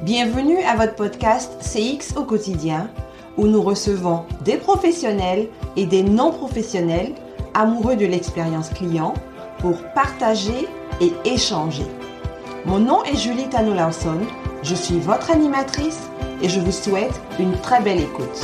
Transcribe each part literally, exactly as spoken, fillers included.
Bienvenue à votre podcast C X au quotidien, où nous recevons des professionnels et des non-professionnels amoureux de l'expérience client pour partager et échanger. Mon nom est Julie Tano-Lawson, je suis votre animatrice et je vous souhaite une très belle écoute.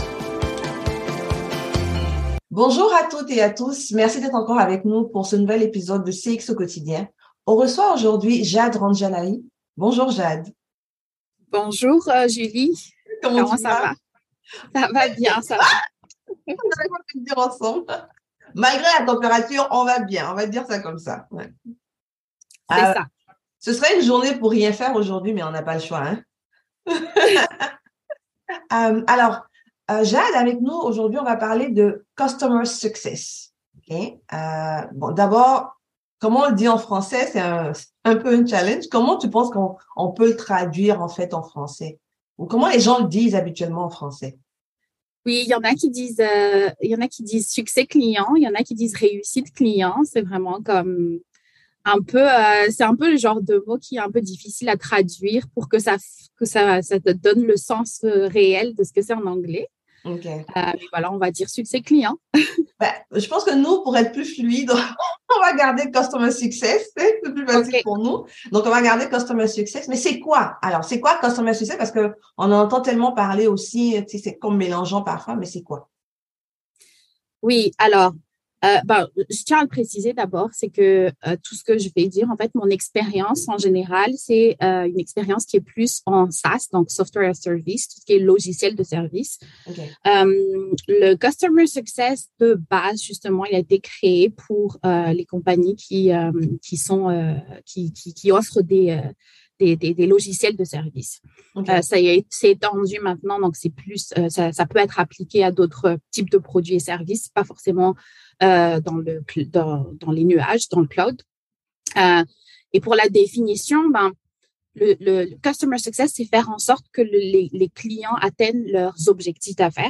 Bonjour à toutes et à tous, merci d'être encore avec nous pour ce nouvel épisode de C X au quotidien. On reçoit aujourd'hui Jade Ranjanari. Bonjour Jade. Bonjour euh, Julie, comment, comment ça va? Ça va bien, ça va. On va le dire ensemble. Malgré la température, on va bien, on va dire ça comme ça. Ouais. C'est euh, ça. Ce serait une journée pour rien faire aujourd'hui, mais on n'a pas le choix. Hein? euh, alors, euh, Jade, avec nous, aujourd'hui, on va parler de Customer Success. Okay? Euh, bon, d'abord, comment on le dit en français, c'est un, un peu un challenge. Comment tu penses qu'on on peut le traduire en fait en français? Ou comment les gens le disent habituellement en français? Oui, il y en a qui disent, euh, il y en a qui disent succès client, il y en a qui disent réussite client. C'est vraiment comme un peu, euh, c'est un peu le genre de mot qui est un peu difficile à traduire pour que ça, que ça, ça te donne le sens réel de ce que c'est en anglais. Ok. Euh, mais voilà, on va dire succès client. Ben, je pense que nous, pour être plus fluide, on va garder Customer Success. C'est plus facile okay. pour nous. Donc, on va garder Customer Success. Mais c'est quoi? Alors, c'est quoi Customer Success? Parce que on entend tellement parler aussi, tu sais, c'est comme mélangeant parfois, mais c'est quoi? Oui, alors, euh, ben, je tiens à le préciser d'abord, c'est que euh, tout ce que je vais dire, en fait, mon expérience en général, c'est euh, une expérience qui est plus en SaaS, donc Software as Service, tout ce qui est logiciel de service. Okay. Euh, le Customer Success de base, justement, il a été créé pour euh, les compagnies qui, euh, qui, sont, euh, qui, qui, qui offrent des... Euh, Des, des, des logiciels de service. Okay. Euh, ça y est, c'est étendu maintenant, donc c'est plus, euh, ça, ça peut être appliqué à d'autres types de produits et services, pas forcément euh, dans le dans, dans les nuages, dans le cloud. Euh, et pour la définition, ben le, le, le customer success, c'est faire en sorte que le, les, les clients atteignent leurs objectifs d'affaires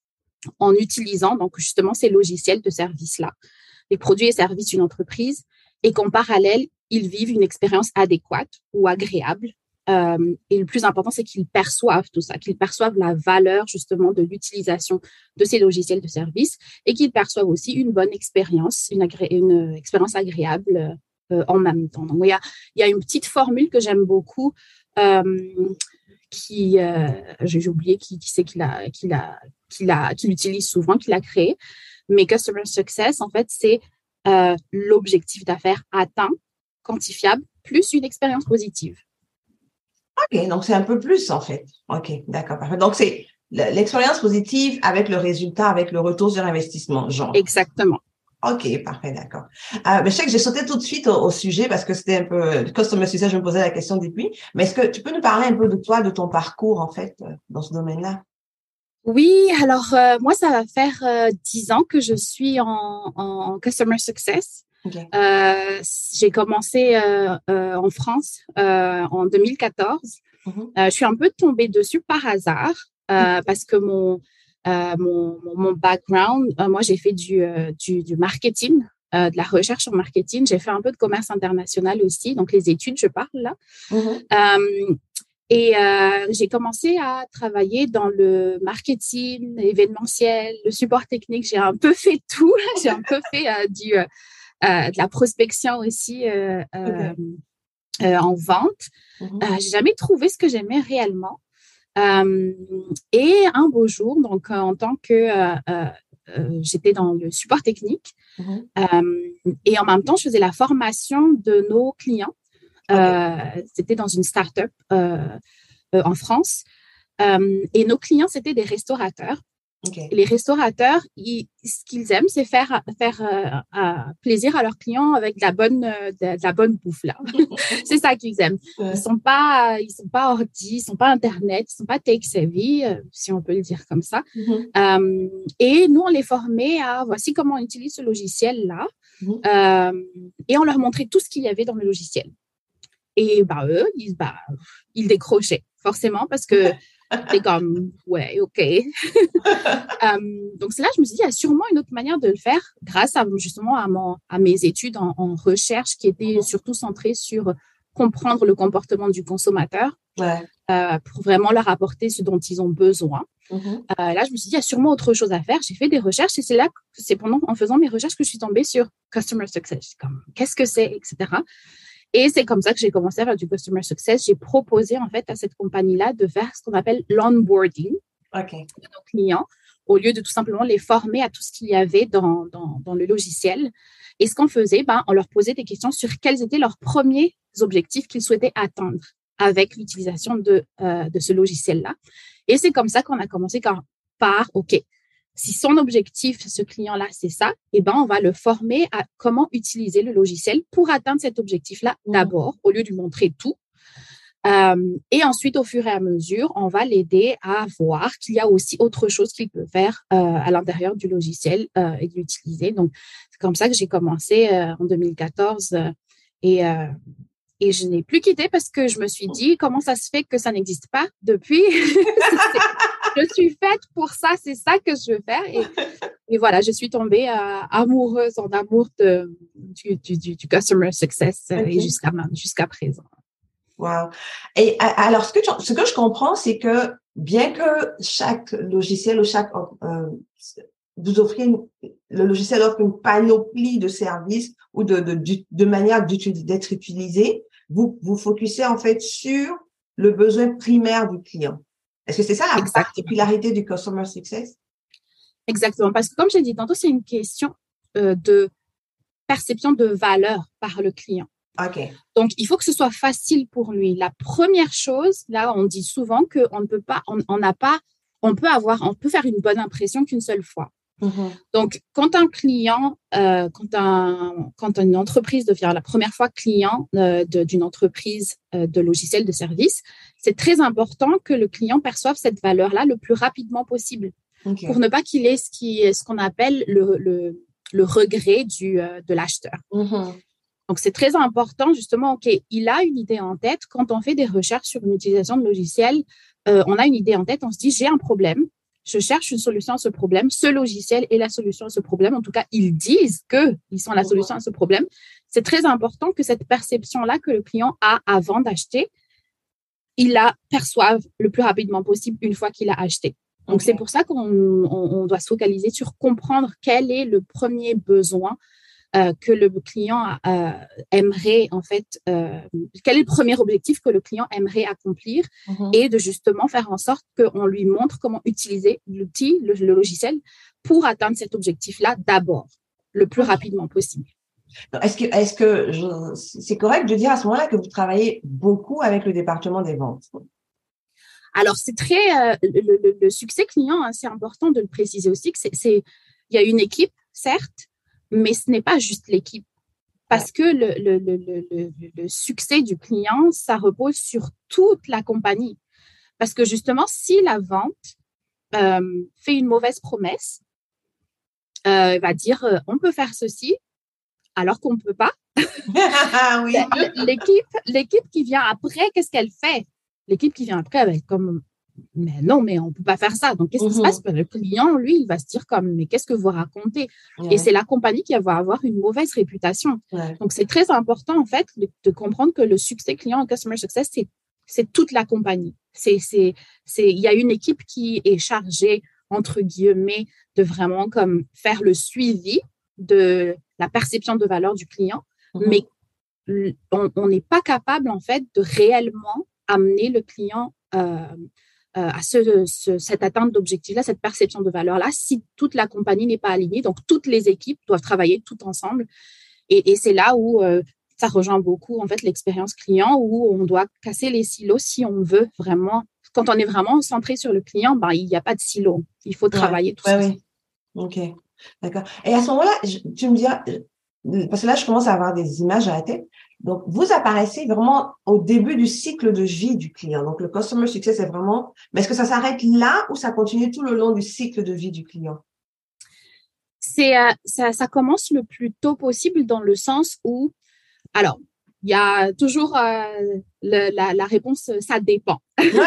en utilisant donc justement ces logiciels de service là, les produits et services d'une entreprise, et qu'en parallèle ils vivent une expérience adéquate ou agréable. Euh, et le plus important, c'est qu'ils perçoivent tout ça, qu'ils perçoivent la valeur justement de l'utilisation de ces logiciels de service et qu'ils perçoivent aussi une bonne expérience, une, agré- une expérience agréable euh, en même temps. Donc, il y a, il y a une petite formule que j'aime beaucoup euh, qui, euh, j'ai oublié qui, qui c'est qui l'a, qui l'a, qui l'a, qui l'utilise souvent, qui l'a créé. Mais Customer Success, en fait, c'est euh, l'objectif d'affaires atteint, quantifiable, plus une expérience positive. OK, donc c'est un peu plus en fait. OK, d'accord, parfait. Donc c'est l'expérience positive avec le résultat, avec le retour sur investissement, genre. Exactement. OK, parfait, d'accord. Euh, mais je sais que j'ai sauté tout de suite au, au sujet parce que c'était un peu Customer Success, je me posais la question depuis. Mais est-ce que tu peux nous parler un peu de toi, de ton parcours en fait dans ce domaine-là? Oui, alors euh, moi, ça va faire euh, dix ans que je suis en, en Customer Success. Okay. Euh, j'ai commencé euh, euh, en France euh, en deux mille quatorze. Mm-hmm. Euh, je suis un peu tombée dessus par hasard euh, mm-hmm. parce que mon, euh, mon, mon background, euh, moi, j'ai fait du, euh, du, du marketing, euh, de la recherche en marketing. J'ai fait un peu de commerce international aussi, donc les études, je parle là. Mm-hmm. Euh, Et euh, j'ai commencé à travailler dans le marketing, événementiel, le support technique. J'ai un peu fait tout. J'ai un peu fait euh, du, euh, de la prospection aussi euh, okay. euh, en vente. Mm-hmm. Euh, j'ai jamais trouvé ce que j'aimais réellement. Euh, et un beau jour, donc en tant que euh, euh, j'étais dans le support technique mm-hmm. euh, et en même temps, je faisais la formation de nos clients. Okay. Euh, c'était dans une start-up euh, euh, en France. Euh, et nos clients, c'était des restaurateurs. Okay. Les restaurateurs, ils, ce qu'ils aiment, c'est faire, faire euh, euh, plaisir à leurs clients avec de la bonne, euh, de, de la bonne bouffe, là. C'est ça qu'ils aiment. Ouais. Ils sont pas, ils sont pas ordi, ils sont pas Internet, ils sont pas tech-savvy, euh, si on peut le dire comme ça. Mm-hmm. Euh, et nous, on les formait à, voici comment on utilise ce logiciel-là. Mm-hmm. euh, et on leur montrait tout ce qu'il y avait dans le logiciel. Et bah, eux, ils, bah, ils décrochaient, forcément, parce que c'est comme, ouais, OK. um, donc, c'est là que je me suis dit, il y a sûrement une autre manière de le faire, grâce à, justement à, mon, à mes études en, en recherche qui étaient surtout centrées sur comprendre le comportement du consommateur. Ouais. euh, pour vraiment leur apporter ce dont ils ont besoin. Mm-hmm. Euh, là, je me suis dit, il y a sûrement autre chose à faire. J'ai fait des recherches et c'est là, c'est pendant, en faisant mes recherches que je suis tombée sur Customer Success. Comme, qu'est-ce que c'est, et cetera. Et c'est comme ça que j'ai commencé à faire du Customer Success. J'ai proposé, en fait, à cette compagnie-là de faire ce qu'on appelle l'onboarding okay. de nos clients, au lieu de tout simplement les former à tout ce qu'il y avait dans, dans, dans le logiciel. Et ce qu'on faisait, ben, on leur posait des questions sur quels étaient leurs premiers objectifs qu'ils souhaitaient atteindre avec l'utilisation de, euh, de ce logiciel-là. Et c'est comme ça qu'on a commencé par, OK, si son objectif, ce client-là, c'est ça, eh ben, on va le former à comment utiliser le logiciel pour atteindre cet objectif-là mmh. d'abord, au lieu de lui montrer tout. Euh, et ensuite, au fur et à mesure, on va l'aider à voir qu'il y a aussi autre chose qu'il peut faire euh, à l'intérieur du logiciel euh, et de l'utiliser. Donc, c'est comme ça que j'ai commencé euh, en deux mille quatorze euh, et, euh, et je n'ai plus quitté parce que je me suis dit, comment ça se fait que ça n'existe pas depuis? Je suis faite pour ça, c'est ça que je veux faire. Et, et voilà, je suis tombée euh, amoureuse, en amour de, du, du, du, du Customer Success euh, okay. et jusqu'à, jusqu'à présent. Wow. Et alors, ce que, tu, ce que je comprends, c'est que bien que chaque logiciel ou chaque, euh, vous offrez, une, le logiciel offre une panoplie de services ou de, de, de, de manière d'être utilisé, vous, vous focussez en fait sur le besoin primaire du client. Est-ce que c'est ça la Exactement. particularité du Customer Success? Exactement. Parce que comme j'ai dit tantôt, c'est une question euh, de perception de valeur par le client. Okay. Donc, il faut que ce soit facile pour lui. La première chose, là, on dit souvent qu'on ne peut pas, on, on n'a pas, on peut avoir, on peut faire une bonne impression qu'une seule fois. Mm-hmm. Donc, quand un client, euh, quand un, quand une entreprise devient la première fois client euh, de, d'une entreprise euh, de logiciels de service, c'est très important que le client perçoive cette valeur-là le plus rapidement possible, okay. pour ne pas qu'il ait ce qui, ce qu'on appelle le, le, le regret du, euh, de l'acheteur. Mm-hmm. Donc, c'est très important, justement, OK, il a une idée en tête. Quand on fait des recherches sur une utilisation de logiciel, euh, on a une idée en tête, on se dit, j'ai un problème, je cherche une solution à ce problème. Ce logiciel est la solution à ce problème. En tout cas, ils disent qu'ils sont la solution à ce problème. C'est très important que cette perception-là que le client a avant d'acheter, il la perçoive le plus rapidement possible une fois qu'il a acheté. Donc, okay. c'est pour ça qu'on on, on doit se focaliser sur comprendre quel est le premier besoin Euh, que le client euh, aimerait, en fait, euh, quel est le premier objectif que le client aimerait accomplir mm-hmm. et de justement faire en sorte qu'on lui montre comment utiliser l'outil, le, le logiciel, pour atteindre cet objectif-là d'abord, le plus okay. rapidement possible. Est-ce que, est-ce que je, c'est correct de dire à ce moment-là que vous travaillez beaucoup avec le département des ventes? Alors, c'est très… Euh, le, le, le succès client, hein, c'est important de le préciser aussi, que c'est, c'est, il y a une équipe, certes, mais ce n'est pas juste l'équipe. Parce que le, le, le, le, le succès du client, ça repose sur toute la compagnie. Parce que justement, si la vente euh, fait une mauvaise promesse, euh, va dire euh, on peut faire ceci, alors qu'on ne peut pas. oui. l'équipe, l'équipe qui vient après, qu'est-ce qu'elle fait? L'équipe qui vient après, elle va être comme mais non, mais on ne peut pas faire ça. Donc, qu'est-ce mmh. qui se passe? Le client, lui, il va se dire comme, mais qu'est-ce que vous racontez? Ouais. Et c'est la compagnie qui va avoir une mauvaise réputation. Ouais. Donc, c'est très important, en fait, de, de comprendre que le succès client en Customer Success, c'est, c'est toute la compagnie. C'est, c'est, c'est, il y a une équipe qui est chargée, entre guillemets, de vraiment comme faire le suivi de la perception de valeur du client. Mmh. Mais on n'est pas capable, en fait, de réellement amener le client euh, à ce, ce, cette atteinte d'objectif-là, cette perception de valeur-là, si toute la compagnie n'est pas alignée. Donc, toutes les équipes doivent travailler tout ensemble. Et, et c'est là où euh, ça rejoint beaucoup, en fait, l'expérience client, où on doit casser les silos si on veut vraiment… Quand on est vraiment centré sur le client, ben, il n'y a pas de silo. Il faut travailler ouais, tout ouais, ça. Oui. OK, d'accord. Et à ce moment-là, je, tu me diras… Parce que là, je commence à avoir des images à la tête. Donc, vous apparaissez vraiment au début du cycle de vie du client. Donc, le Customer Success est vraiment… Mais est-ce que ça s'arrête là ou ça continue tout le long du cycle de vie du client? C'est, euh, ça, ça commence le plus tôt possible dans le sens où… Alors, il y a toujours euh, le, la, la réponse « ça dépend ».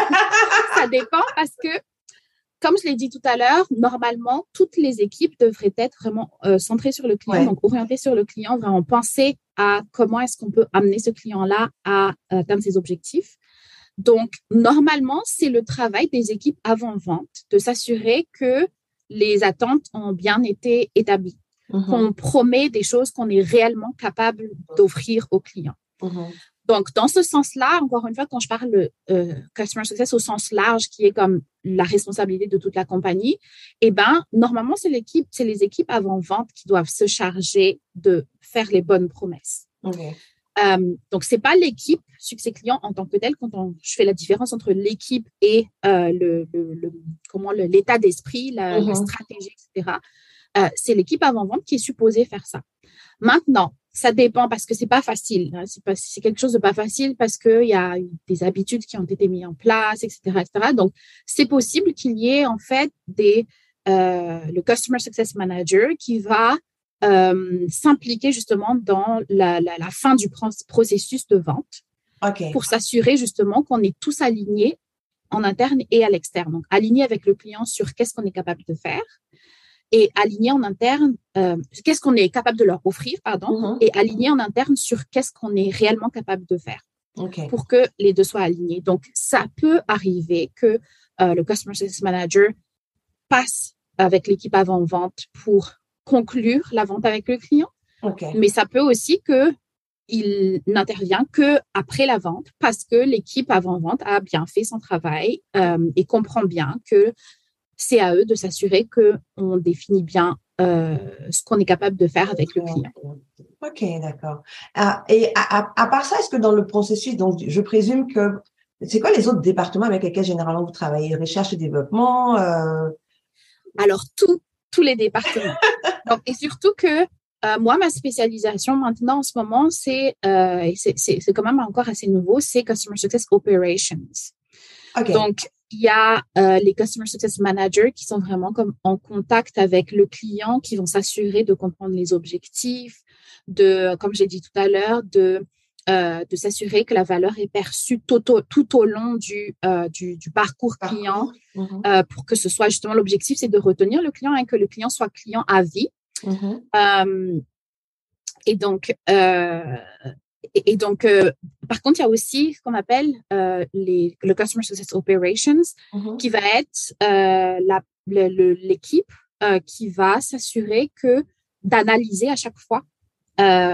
Ça dépend parce que, comme je l'ai dit tout à l'heure, normalement, toutes les équipes devraient être vraiment euh, centrées sur le client, ouais. donc orientées sur le client, vraiment penser à comment est-ce qu'on peut amener ce client-là à atteindre ses objectifs. Donc, normalement, c'est le travail des équipes avant-vente de s'assurer que les attentes ont bien été établies, mm-hmm. qu'on promet des choses qu'on est réellement capable d'offrir aux clients. Mm-hmm. Donc, dans ce sens-là, encore une fois, quand je parle de euh, Customer Success au sens large, qui est comme la responsabilité de toute la compagnie, eh ben, normalement, c'est l'équipe, c'est les équipes avant-vente qui doivent se charger de faire les bonnes promesses. Okay. Euh, donc, c'est pas l'équipe succès client en tant que telle. Quand on, je fais la différence entre l'équipe et euh, le, le, le, comment le, l'état d'esprit, la, mm-hmm. la stratégie, et cetera. Euh, c'est l'équipe avant-vente qui est supposée faire ça. Maintenant, ça dépend parce que c'est pas facile. Hein. C'est, pas, c'est quelque chose de pas facile parce qu'il y a des habitudes qui ont été mises en place, et cetera, et cetera. Donc, c'est possible qu'il y ait en fait des, euh, le Customer Success Manager qui va euh, s'impliquer justement dans la, la, la fin du processus de vente okay. pour s'assurer justement qu'on est tous alignés en interne et à l'externe. Donc, alignés avec le client sur qu'est-ce qu'on est capable de faire. Et aligné en interne, euh, qu'est-ce qu'on est capable de leur offrir, pardon, mm-hmm. et aligné en interne sur qu'est-ce qu'on est réellement capable de faire okay. pour que les deux soient alignés. Donc, ça peut arriver que euh, le Customer Success Manager passe avec l'équipe avant-vente pour conclure la vente avec le client, okay. mais ça peut aussi qu'il n'intervient qu'après la vente parce que l'équipe avant-vente a bien fait son travail euh, et comprend bien que c'est à eux de s'assurer qu'on définit bien euh, ce qu'on est capable de faire avec le client. OK, d'accord. Ah, et à, à, à part ça, est-ce que dans le processus, donc je présume que, c'est quoi les autres départements avec lesquels généralement vous travaillez? Recherche et développement euh... Alors, tout, tous les départements. Donc, et surtout que euh, moi, ma spécialisation maintenant en ce moment, c'est, euh, et c'est, c'est, c'est quand même encore assez nouveau, c'est Customer Success Operations. Okay. Donc, il y a euh, les Customer Success Managers qui sont vraiment comme en contact avec le client, qui vont s'assurer de comprendre les objectifs, de, comme j'ai dit tout à l'heure, de, euh, de s'assurer que la valeur est perçue tout au, tout au long du, euh, du, du parcours client, mm-hmm. euh, pour que ce soit justement l'objectif, c'est de retenir le client et que le client soit client à vie. Mm-hmm. Euh, et donc, euh, Et, et donc, euh, par contre, il y a aussi ce qu'on appelle euh, les, le Customer Success Operations, mm-hmm. qui va être euh, la, le, le, l'équipe euh, qui va s'assurer que d'analyser à chaque fois euh,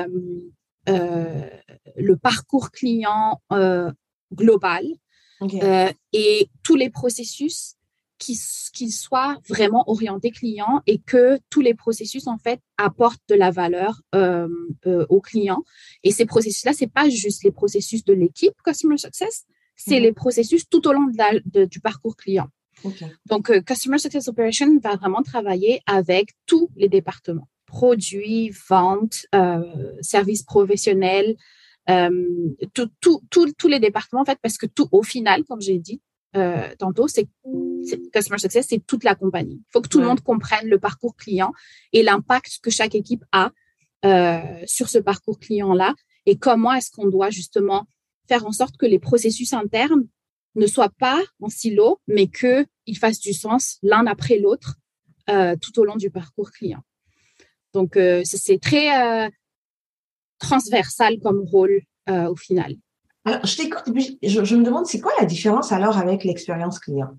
euh, le parcours client euh, global okay. euh, et tous les processus qui, qui soient vraiment orientés client et que tous les processus, en fait, apportent de la valeur euh, euh, aux clients. Et ces processus-là, c'est pas juste les processus de l'équipe Customer Success, c'est mm-hmm. les processus tout au long de la, de, du parcours client. Okay. Donc, euh, Customer Success Operation va vraiment travailler avec tous les départements. Produits, vente, euh, services professionnels, euh, tout, tout, tout, tous les départements, en fait, parce que tout, au final, comme j'ai dit, Euh, tantôt, c'est, c'est Customer Success, c'est toute la compagnie. Il faut que tout ouais. le monde comprenne le parcours client et l'impact que chaque équipe a euh, sur ce parcours client-là et comment est-ce qu'on doit justement faire en sorte que les processus internes ne soient pas en silo, mais qu'ils fassent du sens l'un après l'autre euh, tout au long du parcours client. Donc, euh, c'est, c'est très euh, transversal comme rôle euh, au final. Alors, je t'écoute et puis je, je me demande, c'est quoi la différence alors avec l'expérience client?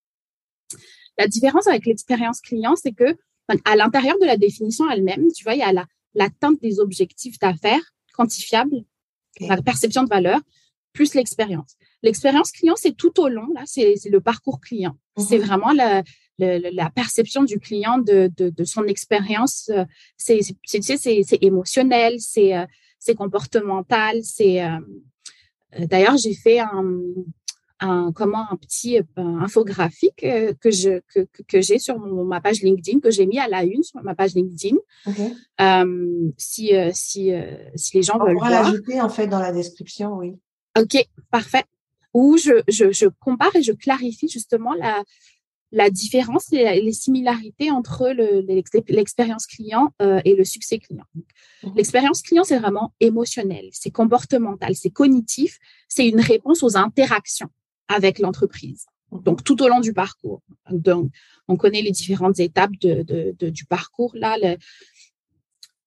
La différence avec l'expérience client, c'est que à l'intérieur de la définition elle-même, tu vois, il y a la, l'atteinte des objectifs d'affaires quantifiables, okay. la perception de valeur, plus l'expérience. L'expérience client, c'est tout au long, là, c'est, c'est le parcours client. Mm-hmm. C'est vraiment la, la, la perception du client de, de, de son expérience. C'est, c'est, c'est, c'est, c'est émotionnel, c'est, c'est comportemental, c'est... Euh, D'ailleurs, j'ai fait un, un, comment, un petit un infographique que, je, que, que j'ai sur mon, ma page LinkedIn, que j'ai mis à la une sur ma page LinkedIn. Okay. Euh, si, si, si les gens On veulent voir. On pourra l'ajouter en fait dans la description, oui. OK, parfait. Où je, je, je compare et je clarifie justement la, la différence et les similarités entre le, l'expérience client euh, et le succès client. Donc, mmh. L'expérience client, c'est vraiment émotionnel, c'est comportemental, c'est cognitif, c'est une réponse aux interactions avec l'entreprise. Mmh. Donc, tout au long du parcours. Donc, on connaît les différentes étapes de, de, de, du parcours. Là, le,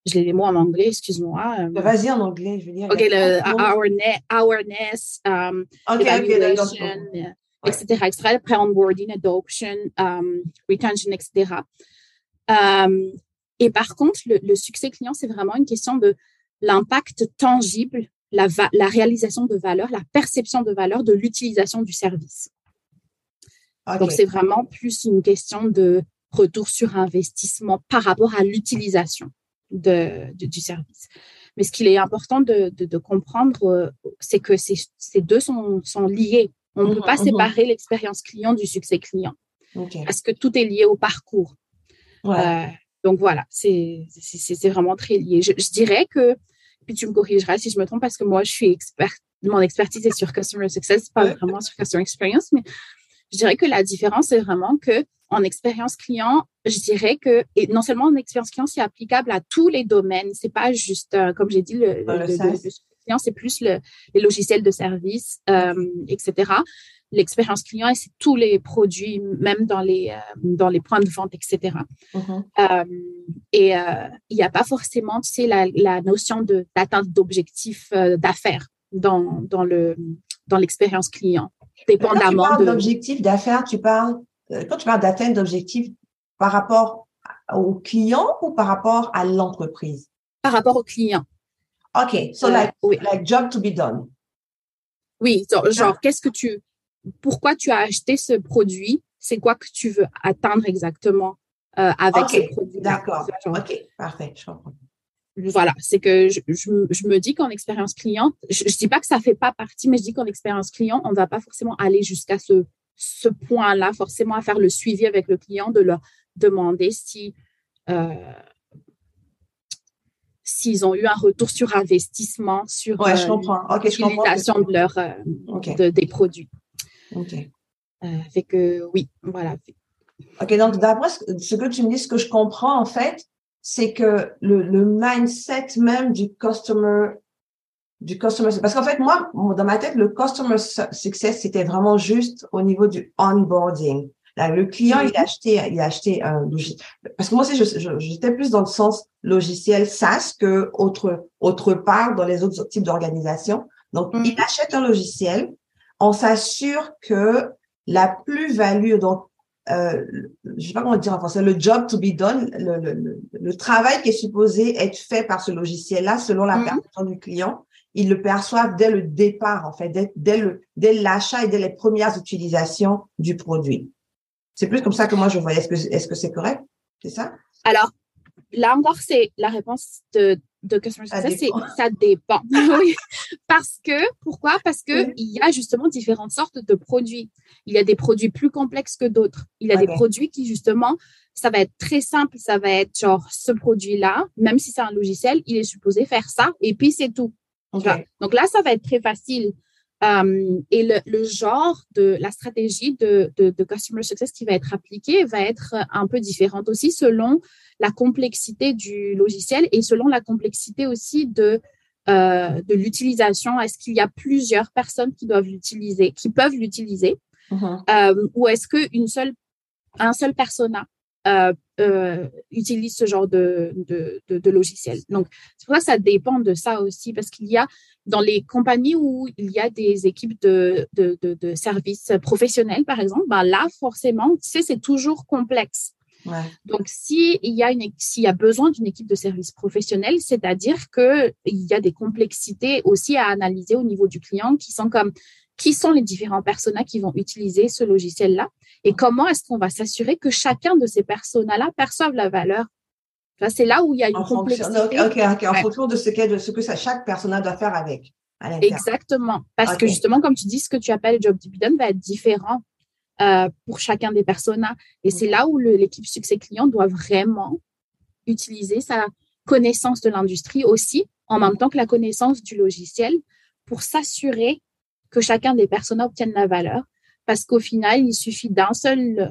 je l'ai les mots en anglais, excuse-moi. Euh, Vas-y en anglais, je veux dire. OK, le awareness, awareness um, okay, evaluation, okay, et cetera, et cetera, pre-onboarding, adoption, um, retention, et cetera. Um, et par contre, le, le succès client, c'est vraiment une question de l'impact tangible, la, va- la réalisation de valeur, la perception de valeur de l'utilisation du service. Okay. Donc, c'est vraiment plus une question de retour sur investissement par rapport à l'utilisation de, de, du service. Mais ce qu'il est important de, de, de comprendre, euh, c'est que ces, ces deux sont, sont liés. On ne mmh, peut pas mmh. séparer l'expérience client du succès client okay. parce que tout est lié au parcours. Ouais. Euh, donc, voilà, c'est, c'est, c'est vraiment très lié. Je, je dirais que, puis tu me corrigeras si je me trompe parce que moi, je suis expert, mon expertise est sur Customer Success, pas ouais. vraiment sur Customer Experience, mais je dirais que la différence, c'est vraiment que en expérience client, je dirais que, et non seulement en expérience client, c'est applicable à tous les domaines. C'est pas juste, euh, comme j'ai dit, le, le, le, le, le client, c'est plus le, les logiciels de service, euh, et cetera. L'expérience client, c'est tous les produits, même dans les, euh, dans les points de vente, et cetera. Uh-huh. Euh, et euh, il n'y a pas forcément, tu sais, la, la notion de, d'atteinte d'objectifs euh, d'affaires dans, dans, le, dans l'expérience client. Dépendamment quand tu parles de... d'objectifs d'affaires, tu parles, quand tu parles d'atteinte d'objectifs par rapport au client ou par rapport à l'entreprise? Par rapport au client. OK. So, euh, like, oui. like job to be done. Oui. Genre, genre, qu'est-ce que tu, pourquoi tu as acheté ce produit? C'est quoi que tu veux atteindre exactement euh, avec okay. ce produit? D'accord. Genre, OK. Parfait. Je comprends. Voilà, c'est que je, je, je me dis qu'en expérience client, je ne dis pas que ça ne fait pas partie, mais je dis qu'en expérience client, on ne va pas forcément aller jusqu'à ce, ce point-là, forcément à faire le suivi avec le client, de leur demander si euh, s'ils ont eu un retour sur investissement, sur ouais, je comprends. Okay, l'utilisation de leur, euh, okay. de, des produits. OK. Euh, fait que oui, voilà. OK, donc d'après ce que tu me dis, ce que je comprends en fait, c'est que le, le mindset même du customer, du customer, parce qu'en fait, moi, dans ma tête, le customer success, c'était vraiment juste au niveau du onboarding. Là, le client, mm-hmm. il a acheté, il a acheté un logiciel. Parce que moi aussi, je, je, j'étais plus dans le sens logiciel SaaS que autre, autre part dans les autres types d'organisations. Donc, mm-hmm. il achète un logiciel. On s'assure que la plus-value, donc, Euh, je sais pas comment dire en français, le job to be done, le, le, le, le travail qui est supposé être fait par ce logiciel-là, selon la mm-hmm. perception du client, ils le perçoivent dès le départ, en fait, dès, dès le, dès l'achat et dès les premières utilisations du produit. C'est plus comme ça que moi je voyais. Est-ce que, est-ce que c'est correct? C'est ça? Alors, là encore, c'est la réponse de, de Customer Success, c'est ça dépend. Oui. Parce que, pourquoi? Parce que oui. il y a justement différentes sortes de produits. Il y a des produits plus complexes que d'autres. Il y a okay. des produits qui, justement, ça va être très simple. Ça va être genre, ce produit-là, même si c'est un logiciel, il est supposé faire ça et puis c'est tout. Okay. Donc là, ça va être très facile. Um, et le, le genre de la stratégie de, de, de Customer Success qui va être appliquée va être un peu différente aussi selon la complexité du logiciel et selon la complexité aussi de, euh, de l'utilisation. Est-ce qu'il y a plusieurs personnes qui doivent l'utiliser, qui peuvent l'utiliser, mm-hmm. euh, ou est-ce qu'une seule, un seul persona euh, euh, utilise ce genre de, de, de, de logiciel. Donc, c'est pour ça que ça dépend de ça aussi, parce qu'il y a dans les compagnies où il y a des équipes de, de, de, de services professionnels, par exemple, ben là, forcément, tu sais, c'est toujours complexe. Ouais. Donc, s'il y a une, s'il y a besoin d'une équipe de services professionnels, c'est-à-dire qu'il y a des complexités aussi à analyser au niveau du client qui sont comme qui sont les différents personas qui vont utiliser ce logiciel-là et comment est-ce qu'on va s'assurer que chacun de ces personas-là perçoive la valeur. Là, c'est là où il y a une en complexité. Fonction, okay, okay, en ouais. fonction de ce, de ce que ça, chaque persona doit faire avec. Exactement. Parce okay. que justement, comme tu dis, ce que tu appelles job to be done va être différent euh, pour chacun des personas. Et okay. c'est là où le, l'équipe succès client doit vraiment utiliser sa connaissance de l'industrie aussi, en même temps que la connaissance du logiciel, pour s'assurer que chacun des personas obtienne la valeur, parce qu'au final, il suffit d'un seul,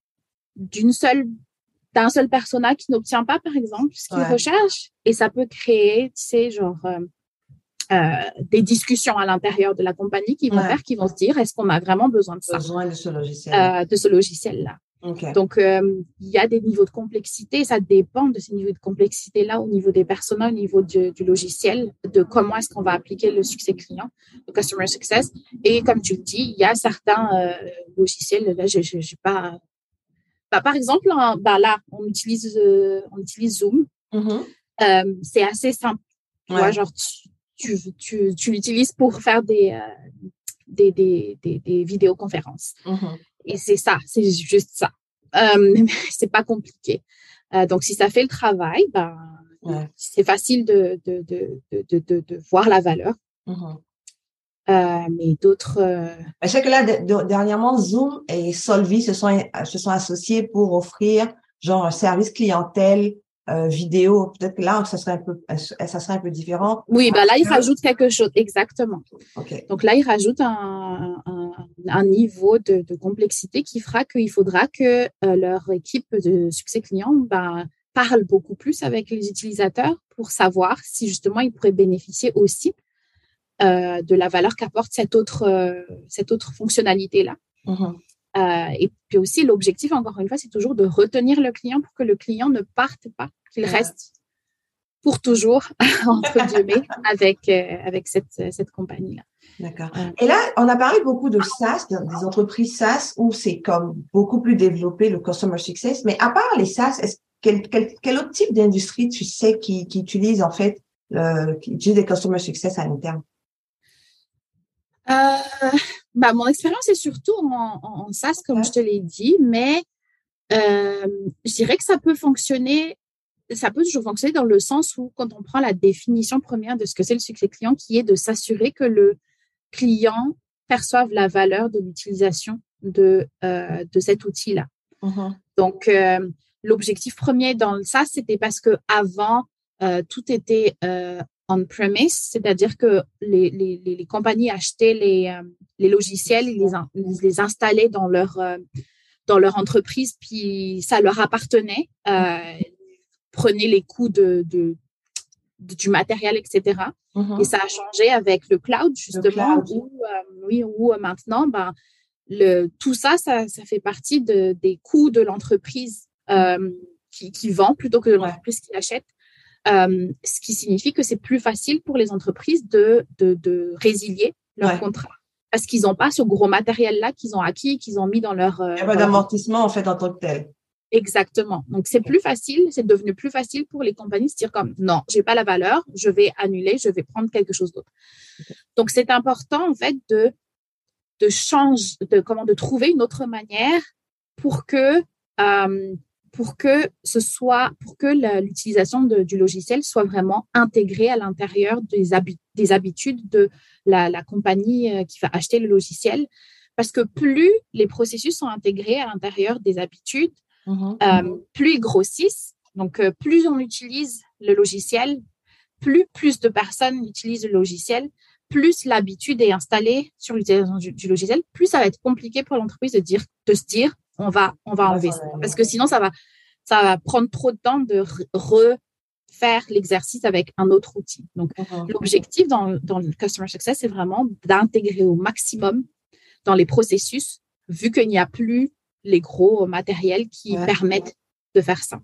d'une seule, d'un seul persona qui n'obtient pas, par exemple, ce qu'il ouais. recherche, et ça peut créer, tu sais, genre, euh, euh, des discussions à l'intérieur de la compagnie qui vont ouais. faire, qui vont se dire, est-ce qu'on a vraiment besoin de ça? Besoin de ce logiciel. Euh, de ce logiciel-là. Okay. Donc, euh, il y a des niveaux de complexité. Ça dépend de ces niveaux de complexité-là au niveau des personas, au niveau du, du logiciel, de comment est-ce qu'on va appliquer le succès client, le customer success. Et comme tu le dis, il y a certains euh, logiciels, là, je n'ai pas... Bah, par exemple, hein, bah, là, on utilise, euh, on utilise Zoom. Mm-hmm. Euh, c'est assez simple. Tu Ouais. vois, genre, tu, tu, tu, tu l'utilises pour faire des, euh, des, des, des, des vidéoconférences. Mm-hmm. Et c'est ça, c'est juste ça. Euh, c'est pas compliqué. Euh, donc, si ça fait le travail, ben, ouais. c'est facile de, de, de, de, de, de voir la valeur. Mm-hmm. Euh, mais d'autres... Euh... Je sais que là, de, de, dernièrement, Zoom et Solvvy se sont, se sont associés pour offrir genre un service clientèle euh, vidéo. Peut-être que là, ça serait un peu, ça serait un peu différent. Oui, ben là, ils rajoutent quelque chose. Exactement. Okay. Donc là, ils rajoutent un, un, un niveau de, de complexité qui fera qu'il faudra que euh, leur équipe de succès client ben, parle beaucoup plus avec les utilisateurs pour savoir si justement ils pourraient bénéficier aussi euh, de la valeur qu'apporte cette autre, euh, cette autre fonctionnalité-là. Mm-hmm. Euh, et puis aussi, l'objectif, encore une fois, c'est toujours de retenir le client pour que le client ne parte pas, qu'il yeah. reste pour toujours, entre guillemets, avec, euh, avec cette, cette compagnie-là. D'accord. Euh, et là, on a parlé beaucoup de SaaS, des entreprises SaaS, où c'est comme beaucoup plus développé, le Customer Success. Mais à part les SaaS, est-ce, quel, quel, quel autre type d'industrie tu sais qui, qui utilise, en fait, le, qui utilise des Customer Success à l'interne? Euh, bah, mon expérience est surtout en, en, en SaaS, comme ouais. je te l'ai dit, mais euh, je dirais que ça peut fonctionner, ça peut toujours fonctionner dans le sens où quand on prend la définition première de ce que c'est le succès client, qui est de s'assurer que le client perçoive la valeur de l'utilisation de, euh, de cet outil-là. Mm-hmm. Donc, euh, l'objectif premier dans le SaaS, c'était parce que avant euh, tout était euh, on-premise, c'est-à-dire que les, les, les compagnies achetaient les, euh, les logiciels, ils les, ils les installaient dans leur, euh, dans leur entreprise, puis ça leur appartenait, euh, prenaient les coûts de, de, de, du matériel, et cetera. Mm-hmm. Et ça a changé avec le cloud, justement, le cloud. Où, euh, oui, où euh, maintenant, ben, le, tout ça, ça, ça fait partie de, des coûts de l'entreprise euh, qui, qui vend plutôt que de l'entreprise qui achète. Euh, ce qui signifie que c'est plus facile pour les entreprises de, de, de résilier leur ouais. contrat parce qu'ils n'ont pas ce gros matériel-là qu'ils ont acquis, qu'ils ont mis dans leur… Euh, Il n'y a pas d'amortissement, en fait, en tant que tel. Exactement. Donc, c'est plus facile, c'est devenu plus facile pour les compagnies de se dire comme, non, j'ai pas la valeur, je vais annuler, je vais prendre quelque chose d'autre. Okay. Donc, c'est important, en fait, de, de changer, de, comment, de trouver une autre manière pour que… Euh, pour que ce soit, pour que la, l'utilisation de, du logiciel soit vraiment intégrée à l'intérieur des, habi- des habitudes de la, la compagnie euh, qui va acheter le logiciel. Parce que plus les processus sont intégrés à l'intérieur des habitudes, mm-hmm. euh, plus ils grossissent. Donc, euh, plus on utilise le logiciel, plus plus de personnes utilisent le logiciel, plus l'habitude est installée sur l'utilisation du, du logiciel, plus ça va être compliqué pour l'entreprise de, dire, de se dire on va, on va enlever ça. Parce que sinon, ça va, ça va prendre trop de temps de refaire l'exercice avec un autre outil. Donc, uh-huh. l'objectif dans, dans le Customer Success, c'est vraiment d'intégrer au maximum dans les processus, vu qu'il n'y a plus les gros matériels qui ouais. permettent de faire ça.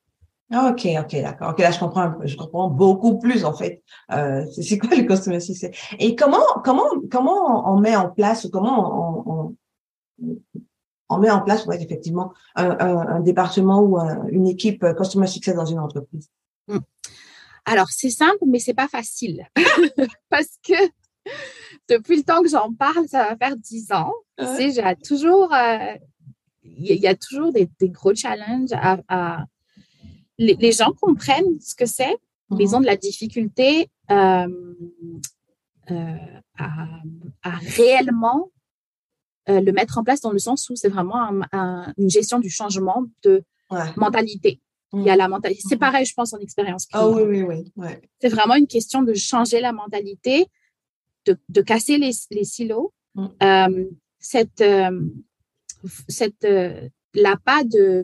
Ok, ok, d'accord. Ok, là, je comprends, je comprends beaucoup plus, en fait. Euh, c'est, c'est quoi le Customer Success? Et comment, comment, comment on met en place, ou comment on, on, on met en place, ouais, effectivement, un, un, un département ou un, une équipe Customer Success dans une entreprise? Mmh. Alors, c'est simple, mais c'est pas facile. Parce que depuis le temps que j'en parle, ça va faire dix ans. Ouais. Tu sais, j'ai toujours, euh, y, y a toujours des, des gros challenges à, à les, les gens comprennent ce que c'est, mmh. mais ils ont de la difficulté euh, euh, à, à réellement euh, le mettre en place dans le sens où c'est vraiment un, un, une gestion du changement de ouais. mentalité. Mmh. Il y a la mentalité. C'est pareil, je pense, en expérience client. Ah oui, oui, oui. Ouais. C'est vraiment une question de changer la mentalité, de, de casser les, les silos. Mmh. Euh, cette, euh, cette euh, l'appât de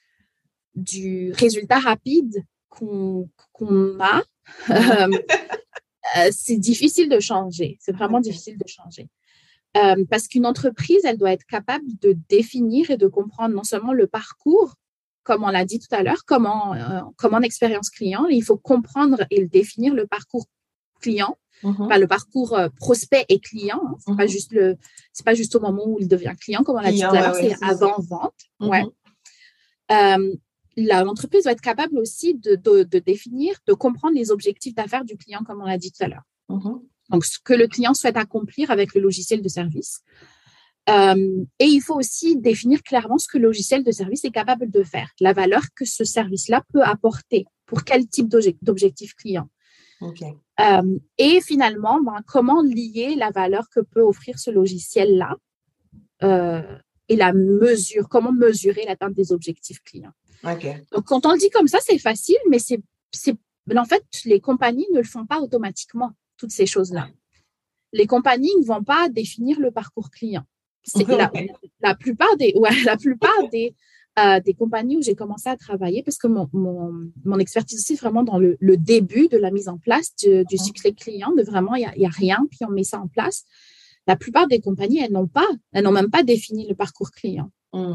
du résultat rapide qu'on, qu'on a, euh, euh, c'est difficile de changer. C'est vraiment okay. difficile de changer. Euh, parce qu'une entreprise, elle doit être capable de définir et de comprendre non seulement le parcours, comme on l'a dit tout à l'heure, comment, euh, comme en expérience client, il faut comprendre et définir le parcours client, mm-hmm. pas le parcours euh, prospect et client. Hein, c'est mm-hmm. pas juste le, c'est pas juste au moment où il devient client, comme on l'a client, dit tout à l'heure, ouais, c'est, c'est avant vente. Mm-hmm. Ouais. Euh, la, l'entreprise doit être capable aussi de, de, de définir, de comprendre les objectifs d'affaires du client, comme on l'a dit tout à l'heure. Mm-hmm. Donc, ce que le client souhaite accomplir avec le logiciel de service. Euh, et il faut aussi définir clairement ce que le logiciel de service est capable de faire, la valeur que ce service-là peut apporter, pour quel type d'objectif client. Okay. Euh, et finalement, ben, comment lier la valeur que peut offrir ce logiciel-là euh, et la mesure, comment mesurer l'atteinte des objectifs clients. Okay. Donc, quand on le dit comme ça, c'est facile, mais c'est, c'est, en fait, les compagnies ne le font pas automatiquement, toutes ces choses-là. Les compagnies ne vont pas définir le parcours client. C'est okay. la, la plupart des, ouais, la plupart des, euh, des compagnies où j'ai commencé à travailler, parce que mon, mon, mon expertise aussi est vraiment dans le, le début de la mise en place du, du succès client, de vraiment, il n'y a, a rien, puis on met ça en place. La plupart des compagnies, elles n'ont pas, elles n'ont même pas défini le parcours client. Mm.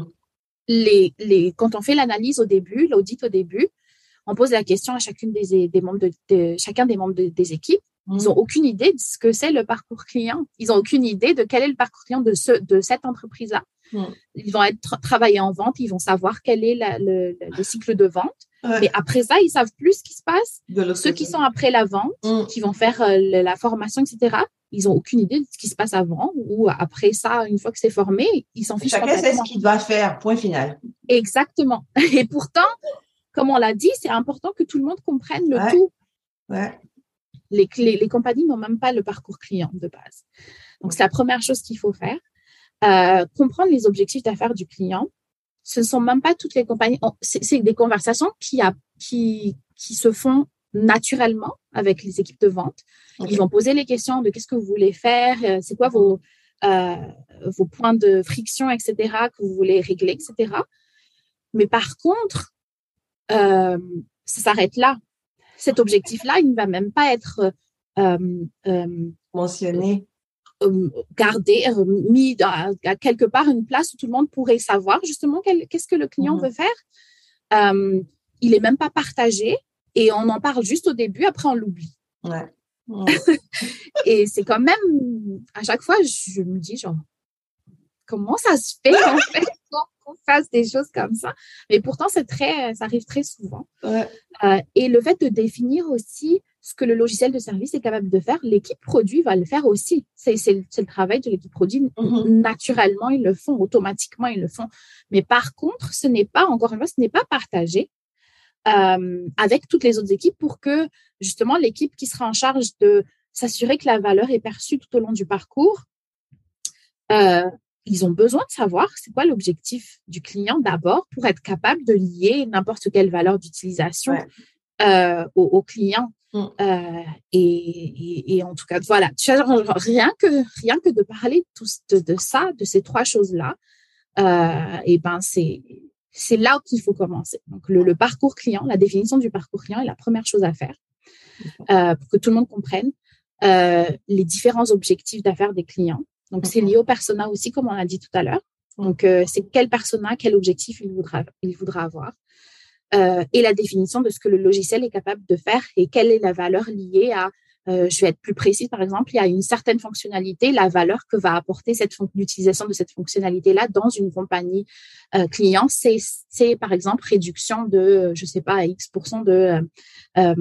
Les, les, quand on fait l'analyse au début, l'audit au début, on pose la question à chacune des, des membres de, de, chacun des membres de, des équipes. Ils n'ont aucune idée de ce que c'est le parcours client. Ils n'ont aucune idée de quel est le parcours client de, ce, de cette entreprise-là. Mm. Ils vont être tra- travailler en vente, ils vont savoir quel est la, le, le cycle de vente. Ouais. Mais après ça, ils savent plus ce qui se passe. Ceux qui sont après la vente, mm. qui vont faire euh, la formation, et cetera, ils n'ont aucune idée de ce qui se passe avant ou après ça, une fois que c'est formé, ils s'en fichent complètement. Chacun sait ce qu'il doit faire, point final. Exactement. Et pourtant, comme on l'a dit, c'est important que tout le monde comprenne le ouais. tout. Ouais. Les, les, les compagnies n'ont même pas le parcours client de base. Donc, c'est la première chose qu'il faut faire. Euh, comprendre les objectifs d'affaires du client. Ce ne sont même pas toutes les compagnies. C'est, c'est des conversations qui, a, qui, qui se font naturellement avec les équipes de vente. Okay. Ils vont poser les questions de qu'est-ce que vous voulez faire, c'est quoi vos, euh, vos points de friction, et cetera, que vous voulez régler, et cetera. Mais par contre, euh, ça s'arrête là. Cet objectif-là, il ne va même pas être euh, euh, mentionné, euh, gardé, euh, mis à, à quelque part une place où tout le monde pourrait savoir justement quel, qu'est-ce que le client mm-hmm. veut faire. Euh, il n'est même pas partagé et on en parle juste au début, après on l'oublie. Ouais. Ouais. Et c'est quand même, à chaque fois, je me dis genre, comment ça se fait en fait qu'on fasse des choses comme ça? Mais pourtant, c'est très, ça arrive très souvent. Ouais. Euh, et le fait de définir aussi ce que le logiciel de service est capable de faire, l'équipe produit va le faire aussi. C'est, c'est, c'est le travail de l'équipe produit. Mm-hmm. Naturellement, ils le font, automatiquement, ils le font. Mais par contre, ce n'est pas, encore une fois, ce n'est pas partagé euh, avec toutes les autres équipes pour que, justement, l'équipe qui sera en charge de s'assurer que la valeur est perçue tout au long du parcours, euh, ils ont besoin de savoir c'est quoi l'objectif du client d'abord pour être capable de lier n'importe quelle valeur d'utilisation ouais. euh, au, au client. Mm. Euh, et, et, et en tout cas, voilà, rien que, rien que de parler de, tout, de, de ça, de ces trois choses-là, euh, et ben c'est, c'est là qu'il faut commencer. Donc, le, le parcours client, la définition du parcours client est la première chose à faire euh, pour que tout le monde comprenne euh, les différents objectifs d'affaires des clients. Donc, c'est lié au persona aussi, comme on a dit tout à l'heure. Donc, euh, c'est quel persona, quel objectif il voudra, il voudra avoir. Euh, et la définition de ce que le logiciel est capable de faire et quelle est la valeur liée à, euh, je vais être plus précise, par exemple, il y a une certaine fonctionnalité, la valeur que va apporter cette fon- l'utilisation de cette fonctionnalité-là dans une compagnie euh, client, c'est, c'est, par exemple, réduction de, je sais pas, X pour cent de, euh,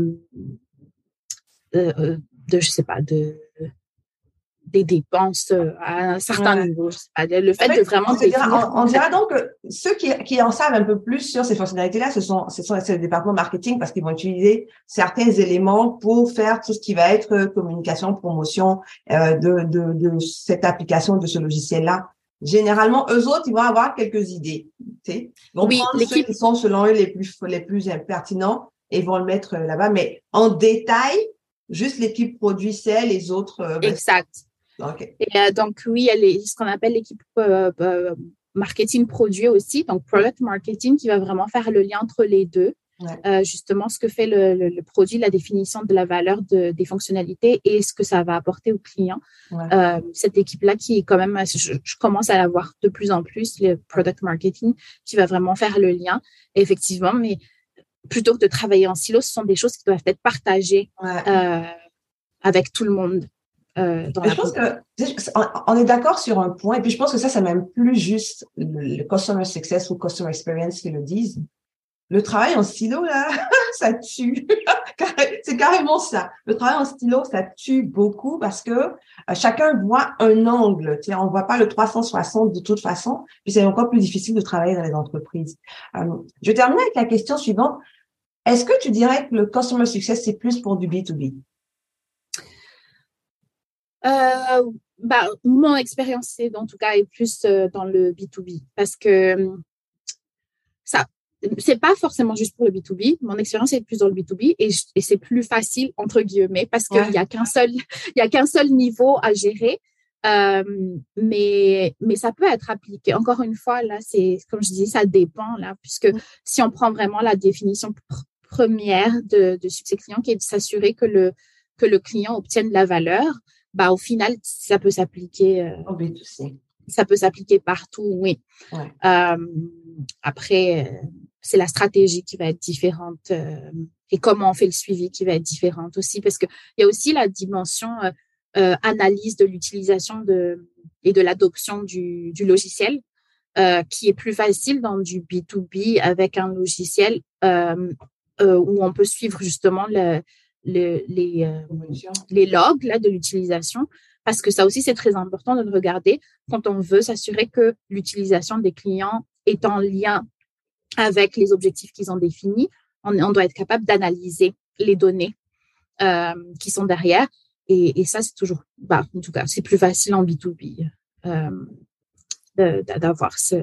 euh, de, je sais pas, de... des dépenses à un certain ouais. niveau. Je sais pas, le fait, fait de vraiment on définir... Dira, on, on dira donc que ceux qui, qui en savent un peu plus sur ces fonctionnalités-là, ce sont, ce sont c'est le département marketing parce qu'ils vont utiliser certains éléments pour faire tout ce qui va être communication, promotion euh, de, de, de cette application, de ce logiciel-là. Généralement, eux autres, ils vont avoir quelques idées. Tu sais. Ils vont oui, prendre l'équipe... ceux qui sont selon eux les plus, les plus pertinents et ils vont le mettre là-bas. Mais en détail, juste l'équipe produit sait, les autres... Euh, exact. Okay. Et euh, donc, oui, il y a les, ce qu'on appelle l'équipe euh, euh, marketing produit aussi, donc product marketing qui va vraiment faire le lien entre les deux. ouais. euh, justement ce que fait le, le, le produit, la définition de la valeur de, des fonctionnalités et ce que ça va apporter au client. Ouais. Euh, cette équipe-là qui est quand même, je, je commence à la voir de plus en plus, le product marketing, qui va vraiment faire le lien, effectivement, mais plutôt que de travailler en silo, ce sont des choses qui doivent être partagées ouais. euh, avec tout le monde. Euh, dans Mais la je pense que on est d'accord sur un point, et puis je pense que ça, c'est même plus juste le, le customer success ou customer experience qui le disent. Le travail en silo, là, ça tue. C'est carrément ça. Le travail en silo, ça tue beaucoup parce que euh, chacun voit un angle. Tu sais, on voit pas le trois cent soixante de toute façon, puis c'est encore plus difficile de travailler dans les entreprises. Euh, je termine avec la question suivante. Est-ce que tu dirais que le customer success, c'est plus pour du B deux B? Euh, bah, mon expérience, c'est en tout cas est plus euh, dans le B deux B parce que ça, c'est pas forcément juste pour le B deux B. Mon expérience est plus dans le B deux B et, et c'est plus facile entre guillemets parce qu'il ouais. y a qu'un seul, il y a qu'un seul niveau à gérer. Euh, mais mais ça peut être appliqué. Encore une fois, là, c'est comme je dis, ça dépend là, puisque mmh. si on prend vraiment la définition pr- première de, de succès client, qui est de s'assurer que le que le client obtienne de la valeur. Bah, au final, ça peut s'appliquer. Euh, oh, B deux C. Ça peut s'appliquer partout, oui. Ouais. Euh, après, euh, c'est la stratégie qui va être différente euh, et comment on fait le suivi qui va être différente aussi, parce que il y a aussi la dimension euh, euh, analyse de l'utilisation de et de l'adoption du, du logiciel, euh, qui est plus facile dans du B deux B avec un logiciel euh, euh, où on peut suivre justement le Le, les, euh, les logs là, de l'utilisation, parce que ça aussi, c'est très important de le regarder quand on veut s'assurer que l'utilisation des clients est en lien avec les objectifs qu'ils ont définis. On, on doit être capable d'analyser les données euh, qui sont derrière. Et, et ça, c'est toujours, bah, en tout cas, c'est plus facile en B deux B euh, de, d'avoir ce,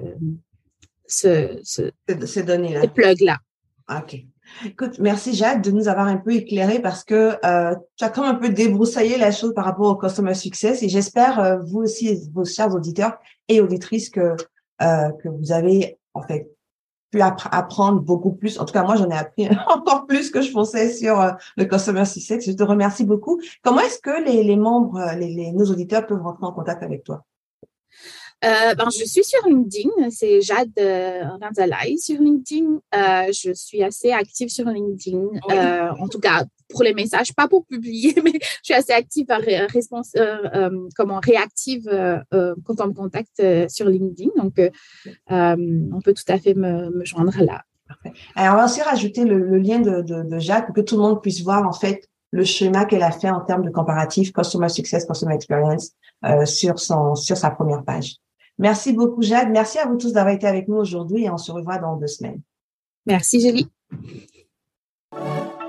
ce, ce, ces données-là. Ces plugs-là. OK. Écoute, merci Jade de nous avoir un peu éclairé parce que euh, tu as comme un peu débroussaillé la chose par rapport au customer success et j'espère euh, vous aussi, vos chers auditeurs et auditrices que euh, que vous avez en fait pu app- apprendre beaucoup plus. En tout cas, moi, j'en ai appris encore plus que je pensais sur euh, le customer success. Je te remercie beaucoup. Comment est-ce que les, les membres, les, les nos auditeurs peuvent rentrer en contact avec toi? Euh, ben, je suis sur LinkedIn, c'est Jade euh, Ranzalai sur LinkedIn. Euh, je suis assez active sur LinkedIn, oui. euh, en tout cas pour les messages, pas pour publier, mais je suis assez active, ré- respons- euh, euh, comment réactive euh, euh, quand on me contacte euh, sur LinkedIn. Donc, euh, euh, on peut tout à fait me, me joindre là. Parfait. Alors, on va aussi rajouter le, le lien de, de, de Jade pour que tout le monde puisse voir en fait le schéma qu'elle a fait en termes de comparatif Customer Success, Customer Experience euh, sur son sur sa première page. Merci beaucoup, Jade. Merci à vous tous d'avoir été avec nous aujourd'hui et on se revoit dans deux semaines. Merci, Julie.